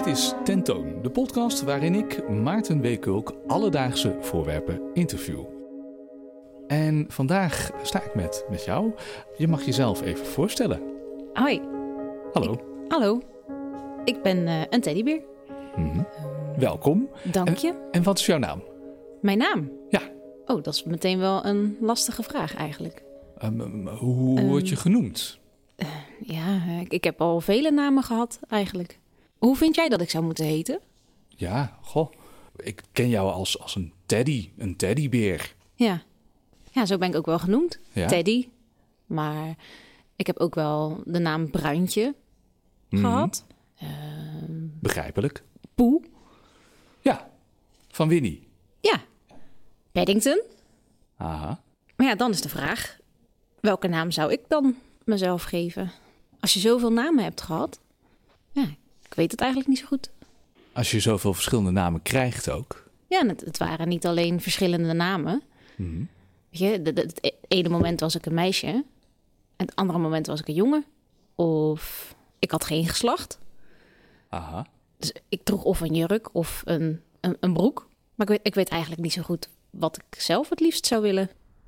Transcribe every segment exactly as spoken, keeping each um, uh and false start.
Dit is Tentoon, de podcast waarin ik, Maarten W. Kulk, alledaagse voorwerpen interview. En vandaag sta ik met, met jou. Je mag jezelf even voorstellen. Hoi. Hallo. Ik, hallo. Ik ben uh, een teddybeer. Mm-hmm. Welkom. Dank je. En, en wat is jouw naam? Mijn naam? Ja. Oh, dat is meteen wel een lastige vraag eigenlijk. Um, hoe um, word je genoemd? Uh, ja, ik, ik heb al vele namen gehad eigenlijk. Hoe vind jij dat ik zou moeten heten? Ja, goh. Ik ken jou als, als een teddy, een teddybeer. Ja. Ja, zo ben ik ook wel genoemd. Ja? Teddy. Maar ik heb ook wel de naam Bruintje mm-hmm. gehad. Uh, Begrijpelijk. Poe. Ja, van Winnie. Ja. Paddington. Aha. Maar ja, dan is de vraag, welke naam zou ik dan mezelf geven? Als je zoveel namen hebt gehad, ja, ik weet het eigenlijk niet zo goed. Als je zoveel verschillende namen krijgt ook. Ja, het, het waren niet alleen verschillende namen. Mm-hmm. Weet je, het, het ene moment was ik een meisje en het andere moment was ik een jongen. Of ik had geen geslacht. Aha. Dus ik droeg of een jurk of een, een, een broek. Maar ik weet, ik weet eigenlijk niet zo goed wat ik zelf het liefst zou willen.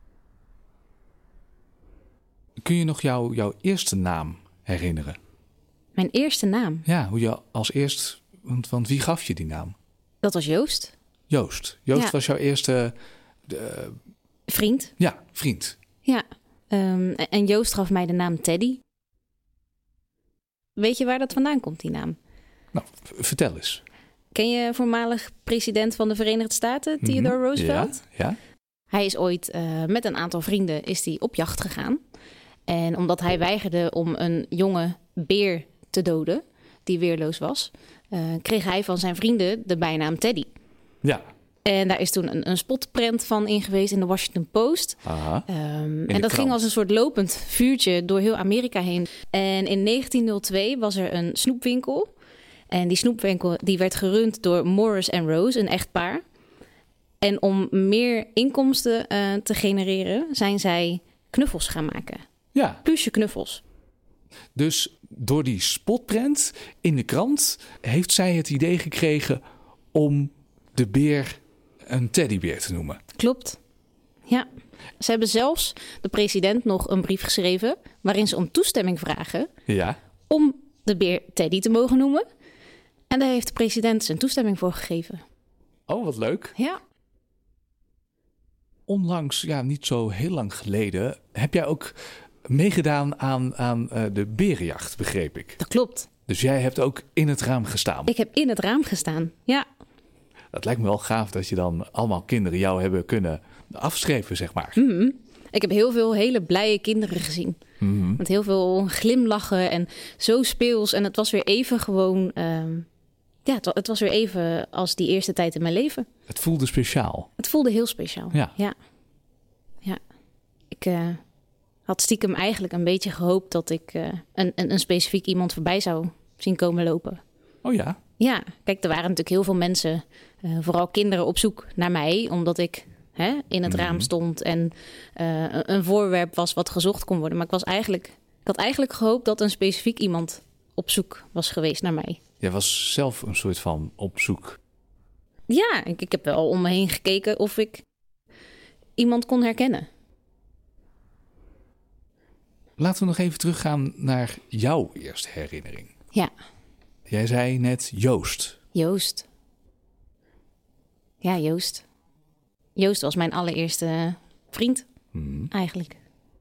Kun je nog jou, jouw eerste naam herinneren? Mijn eerste naam? Ja, hoe je als eerst... Want, want wie gaf je die naam? Dat was Joost. Joost. Joost ja. was jouw eerste... Uh... Vriend. Ja, vriend. Ja. Um, en Joost gaf mij de naam Teddy. Weet je waar dat vandaan komt, die naam? Nou, v- vertel eens. Ken je voormalig president van de Verenigde Staten, Theodore mm-hmm. Roosevelt? Ja, ja. Hij is ooit uh, met een aantal vrienden is hij op jacht gegaan. En omdat hij weigerde om een jonge beer te doden, die weerloos was, uh, kreeg hij van zijn vrienden de bijnaam Teddy. Ja. En daar is toen een, een spotprent van in geweest in de Washington Post. Aha. Um, en dat ging als een soort lopend vuurtje door heel Amerika heen. En in negentien nul twee was er een snoepwinkel. En die snoepwinkel die werd gerund door Morris en Rose, een echtpaar. En om meer inkomsten uh, te genereren, zijn zij knuffels gaan maken. Ja. Pluche knuffels. Dus door die spotprent in de krant heeft zij het idee gekregen om de beer een teddybeer te noemen. Klopt. Ja. Ze hebben zelfs de president nog een brief geschreven waarin ze om toestemming vragen ja. om de beer Teddy te mogen noemen. En daar heeft de president zijn toestemming voor gegeven. Oh, wat leuk. Ja. Onlangs, ja, niet zo heel lang geleden, heb jij ook meegedaan aan, aan uh, de berenjacht, begreep ik. Dat klopt. Dus jij hebt ook in het raam gestaan. Ik heb in het raam gestaan, ja. Dat lijkt me wel gaaf dat je dan allemaal kinderen jou hebben kunnen afstrepen, zeg maar. Mm-hmm. Ik heb heel veel hele blije kinderen gezien. Mm-hmm. Met heel veel glimlachen en zo speels. En het was weer even gewoon... Um, ja, het, het was weer even als die eerste tijd in mijn leven. Het voelde speciaal. Het voelde heel speciaal, ja. Ja, ja. Ik uh, had stiekem eigenlijk een beetje gehoopt dat ik uh, een, een, een specifiek iemand voorbij zou zien komen lopen. Oh ja? Ja, kijk, er waren natuurlijk heel veel mensen, uh, vooral kinderen, op zoek naar mij. Omdat ik hè, in het mm-hmm. raam stond en uh, een, een voorwerp was wat gezocht kon worden. Maar ik, was eigenlijk, ik had eigenlijk gehoopt dat een specifiek iemand op zoek was geweest naar mij. Jij was zelf een soort van op zoek. Ja, ik, ik heb wel om me heen gekeken of ik iemand kon herkennen. Laten we nog even teruggaan naar jouw eerste herinnering. Ja. Jij zei net Joost. Joost. Ja, Joost. Joost was mijn allereerste vriend, hmm. eigenlijk.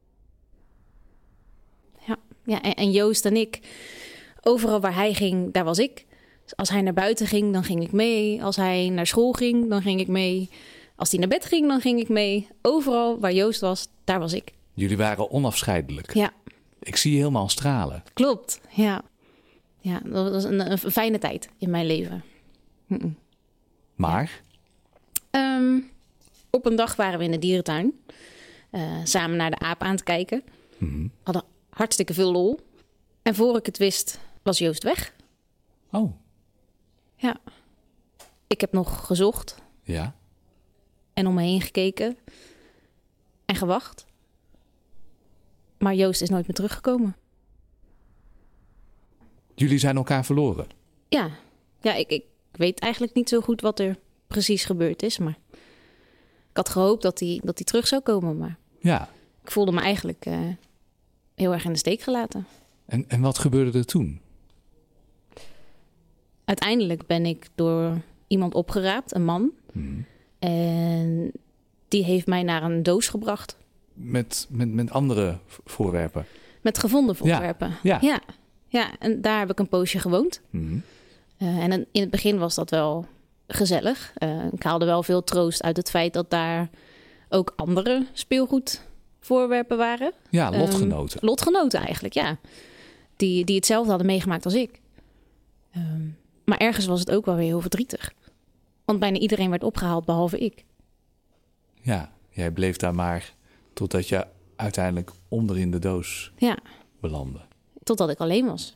Ja, ja en, en Joost en ik, overal waar hij ging, daar was ik. Dus als hij naar buiten ging, dan ging ik mee. Als hij naar school ging, dan ging ik mee. Als hij naar bed ging, dan ging ik mee. Overal waar Joost was, daar was ik. Jullie waren onafscheidelijk. Ja. Ik zie je helemaal stralen. Klopt, ja. Ja, dat was een, een fijne tijd in mijn leven. Mm-mm. Maar? Um, op een dag waren we in de dierentuin. Uh, samen naar de aap aan te kijken. Mm-hmm. Hadden hartstikke veel lol. En voor ik het wist, was Joost weg. Oh. Ja. Ik heb nog gezocht. Ja. En om me heen gekeken. En gewacht. Maar Joost is nooit meer teruggekomen. Jullie zijn elkaar verloren? Ja, Ja, ik, ik weet eigenlijk niet zo goed wat er precies gebeurd is. Maar ik had gehoopt dat hij dat hij terug zou komen. Maar Ja. ik voelde me eigenlijk uh, heel erg in de steek gelaten. En, en wat gebeurde er toen? Uiteindelijk ben ik door iemand opgeraapt, een man. Hmm. En die heeft mij naar een doos gebracht. Met, met, met andere voorwerpen? Met gevonden voorwerpen. Ja. Ja. Ja. Ja, en daar heb ik een poosje gewoond. Hmm. Uh, en in het begin was dat wel gezellig. Uh, ik haalde wel veel troost uit het feit dat daar ook andere speelgoedvoorwerpen waren. Ja, lotgenoten. Um, lotgenoten eigenlijk, ja. Die, die hetzelfde hadden meegemaakt als ik. Um, maar ergens was het ook wel weer heel verdrietig. Want bijna iedereen werd opgehaald, behalve ik. Ja, jij bleef daar maar totdat je uiteindelijk onder in de doos ja. belandde. Totdat ik alleen was.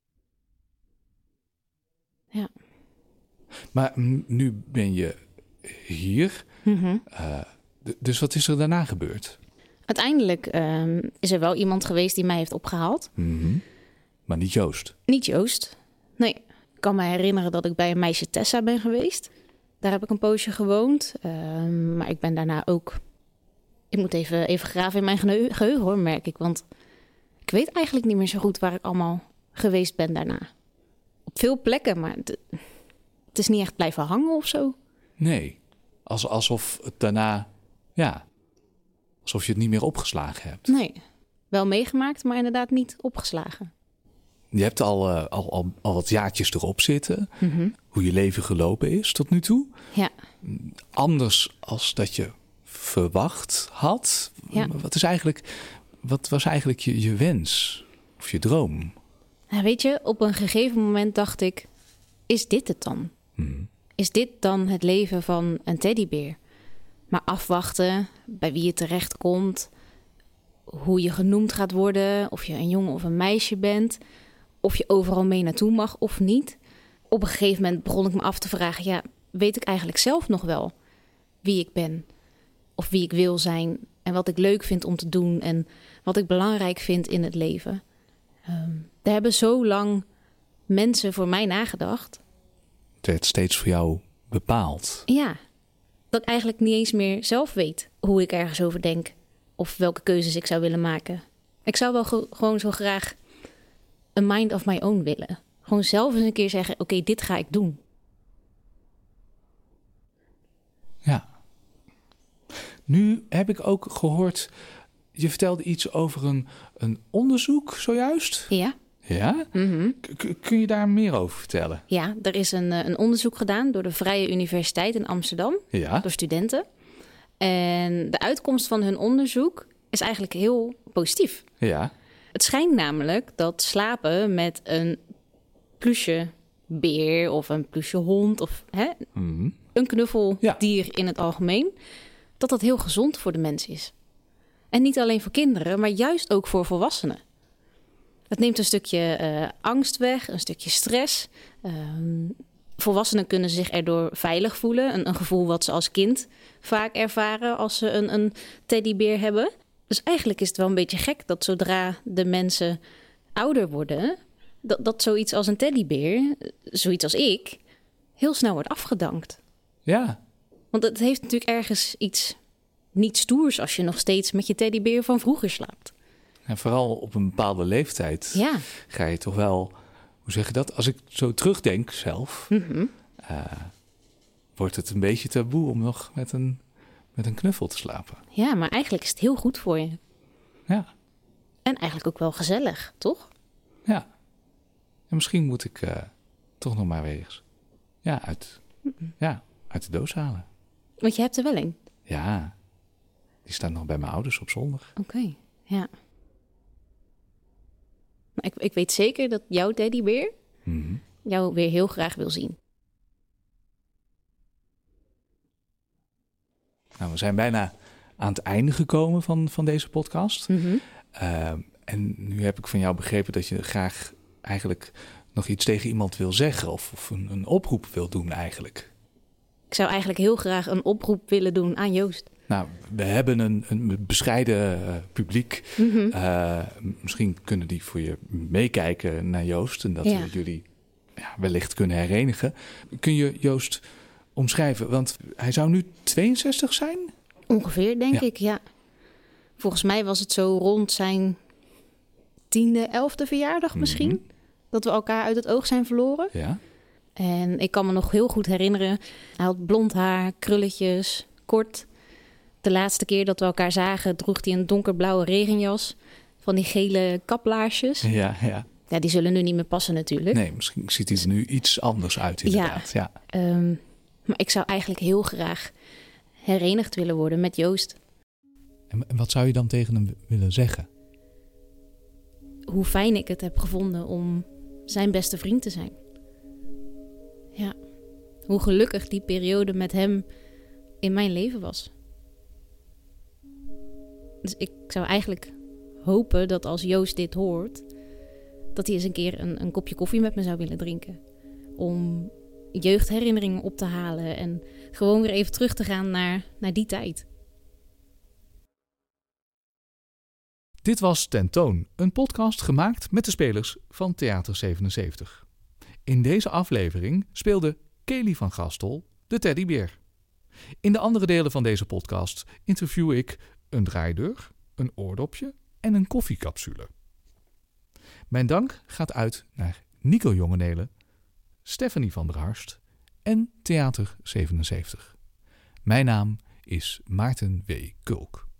Ja. Maar nu ben je hier. Mm-hmm. Uh, d- dus wat is er daarna gebeurd? Uiteindelijk um, is er wel iemand geweest die mij heeft opgehaald. Mm-hmm. Maar niet Joost? Niet Joost, nee. Ik kan me herinneren dat ik bij een meisje Tessa ben geweest. Daar heb ik een poosje gewoond. Um, maar ik ben daarna ook... Ik moet even, even graven in mijn geheugen, geheugen hoor, merk ik. Want ik weet eigenlijk niet meer zo goed waar ik allemaal geweest ben daarna. Op veel plekken, maar het, het is niet echt blijven hangen of zo. Nee, Als, alsof het daarna... Ja, alsof je het niet meer opgeslagen hebt. Nee, wel meegemaakt, maar inderdaad niet opgeslagen. Je hebt al, uh, al, al, al wat jaartjes erop zitten. Mm-hmm. Hoe je leven gelopen is tot nu toe. Ja. Anders als dat je verwacht had. Ja. Wat, is eigenlijk, wat was eigenlijk je, je wens of je droom? Nou, weet je, op een gegeven moment dacht ik... Is dit het dan? Hmm. Is dit dan het leven van een teddybeer? Maar afwachten bij wie je terecht komt... hoe je genoemd gaat worden... of je een jongen of een meisje bent... of je overal mee naartoe mag of niet. Op een gegeven moment begon ik me af te vragen... ja, weet ik eigenlijk zelf nog wel wie ik ben? Of wie ik wil zijn en wat ik leuk vind om te doen... en wat ik belangrijk vind in het leven. Um, er hebben zo lang mensen voor mij nagedacht. Het werd steeds voor jou bepaald. Ja, dat ik eigenlijk niet eens meer zelf weet hoe ik ergens over denk... of welke keuzes ik zou willen maken. Ik zou wel ge- gewoon zo graag een mind of my own willen. Gewoon zelf eens een keer zeggen, oké, okay, dit ga ik doen. Ja. Nu heb ik ook gehoord, je vertelde iets over een, een onderzoek zojuist. Ja. Ja? Mm-hmm. K- kun je daar meer over vertellen? Ja, er is een, een onderzoek gedaan door de Vrije Universiteit in Amsterdam. Ja. Door studenten. En de uitkomst van hun onderzoek is eigenlijk heel positief. Ja. Het schijnt namelijk dat slapen met een pluche beer of een pluche hond... of hè, Mm-hmm. een knuffeldier Ja. in het algemeen... dat dat heel gezond voor de mens is. En niet alleen voor kinderen, maar juist ook voor volwassenen. Het neemt een stukje uh, angst weg, een stukje stress. Um, volwassenen kunnen zich erdoor veilig voelen. Een, een gevoel wat ze als kind vaak ervaren als ze een, een teddybeer hebben. Dus eigenlijk is het wel een beetje gek dat zodra de mensen ouder worden... dat, dat zoiets als een teddybeer, zoiets als ik, heel snel wordt afgedankt. Ja. Want het heeft natuurlijk ergens iets niet stoers... als je nog steeds met je teddybeer van vroeger slaapt. En vooral op een bepaalde leeftijd Ja. ga je toch wel... Hoe zeg je dat? Als ik zo terugdenk zelf... Mm-hmm. Uh, wordt het een beetje taboe om nog met een, met een knuffel te slapen. Ja, maar eigenlijk is het heel goed voor je. Ja. En eigenlijk ook wel gezellig, toch? Ja. En misschien moet ik uh, toch nog maar weer eens... Ja, uit, mm-hmm. ja, uit de doos halen. Want je hebt er wel een? Ja. Die staat nog bij mijn ouders op zolder. Oké, okay. Ja. Maar ik, ik weet zeker dat jouw teddybeer... Mm-hmm. jou weer heel graag wil zien. Nou, we zijn bijna aan het einde gekomen van, van deze podcast. Mm-hmm. Uh, en nu heb ik van jou begrepen dat je graag eigenlijk nog iets tegen iemand wil zeggen... of, of een, een oproep wil doen eigenlijk. Ik zou eigenlijk heel graag een oproep willen doen aan Joost. Nou, we hebben een, een bescheiden uh, publiek. Mm-hmm. Uh, misschien kunnen die voor je meekijken naar Joost... en dat ja. we jullie ja, wellicht kunnen herenigen. Kun je Joost omschrijven? Want hij zou nu tweeënzestig zijn? Ongeveer, denk ja. ik, ja. Volgens mij was het zo rond zijn tiende, elfde verjaardag misschien. Mm-hmm. Dat we elkaar uit het oog zijn verloren. Ja. En ik kan me nog heel goed herinneren. Hij had blond haar, krulletjes, kort. De laatste keer dat we elkaar zagen droeg hij een donkerblauwe regenjas. Van die gele kaplaarsjes. Ja, ja. Ja, die zullen nu niet meer passen natuurlijk. Nee, misschien ziet hij er nu iets anders uit inderdaad. Ja. ja. Um, maar ik zou eigenlijk heel graag herenigd willen worden met Joost. En wat zou je dan tegen hem willen zeggen? Hoe fijn ik het heb gevonden om zijn beste vriend te zijn. Ja, hoe gelukkig die periode met hem in mijn leven was. Dus ik zou eigenlijk hopen dat als Joost dit hoort, dat hij eens een keer een, een kopje koffie met me zou willen drinken. Om jeugdherinneringen op te halen en gewoon weer even terug te gaan naar, naar die tijd. Dit was Ten Toon, een podcast gemaakt met de spelers van Theater zevenenzeventig. In deze aflevering speelde Kelly van Gastel de teddybeer. In de andere delen van deze podcast interview ik een draaideur, een oordopje en een koffiecapsule. Mijn dank gaat uit naar Nico Jongenelen, Stephanie van der Harst en Theater zevenenzeventig. Mijn naam is Maarten W. Kulk.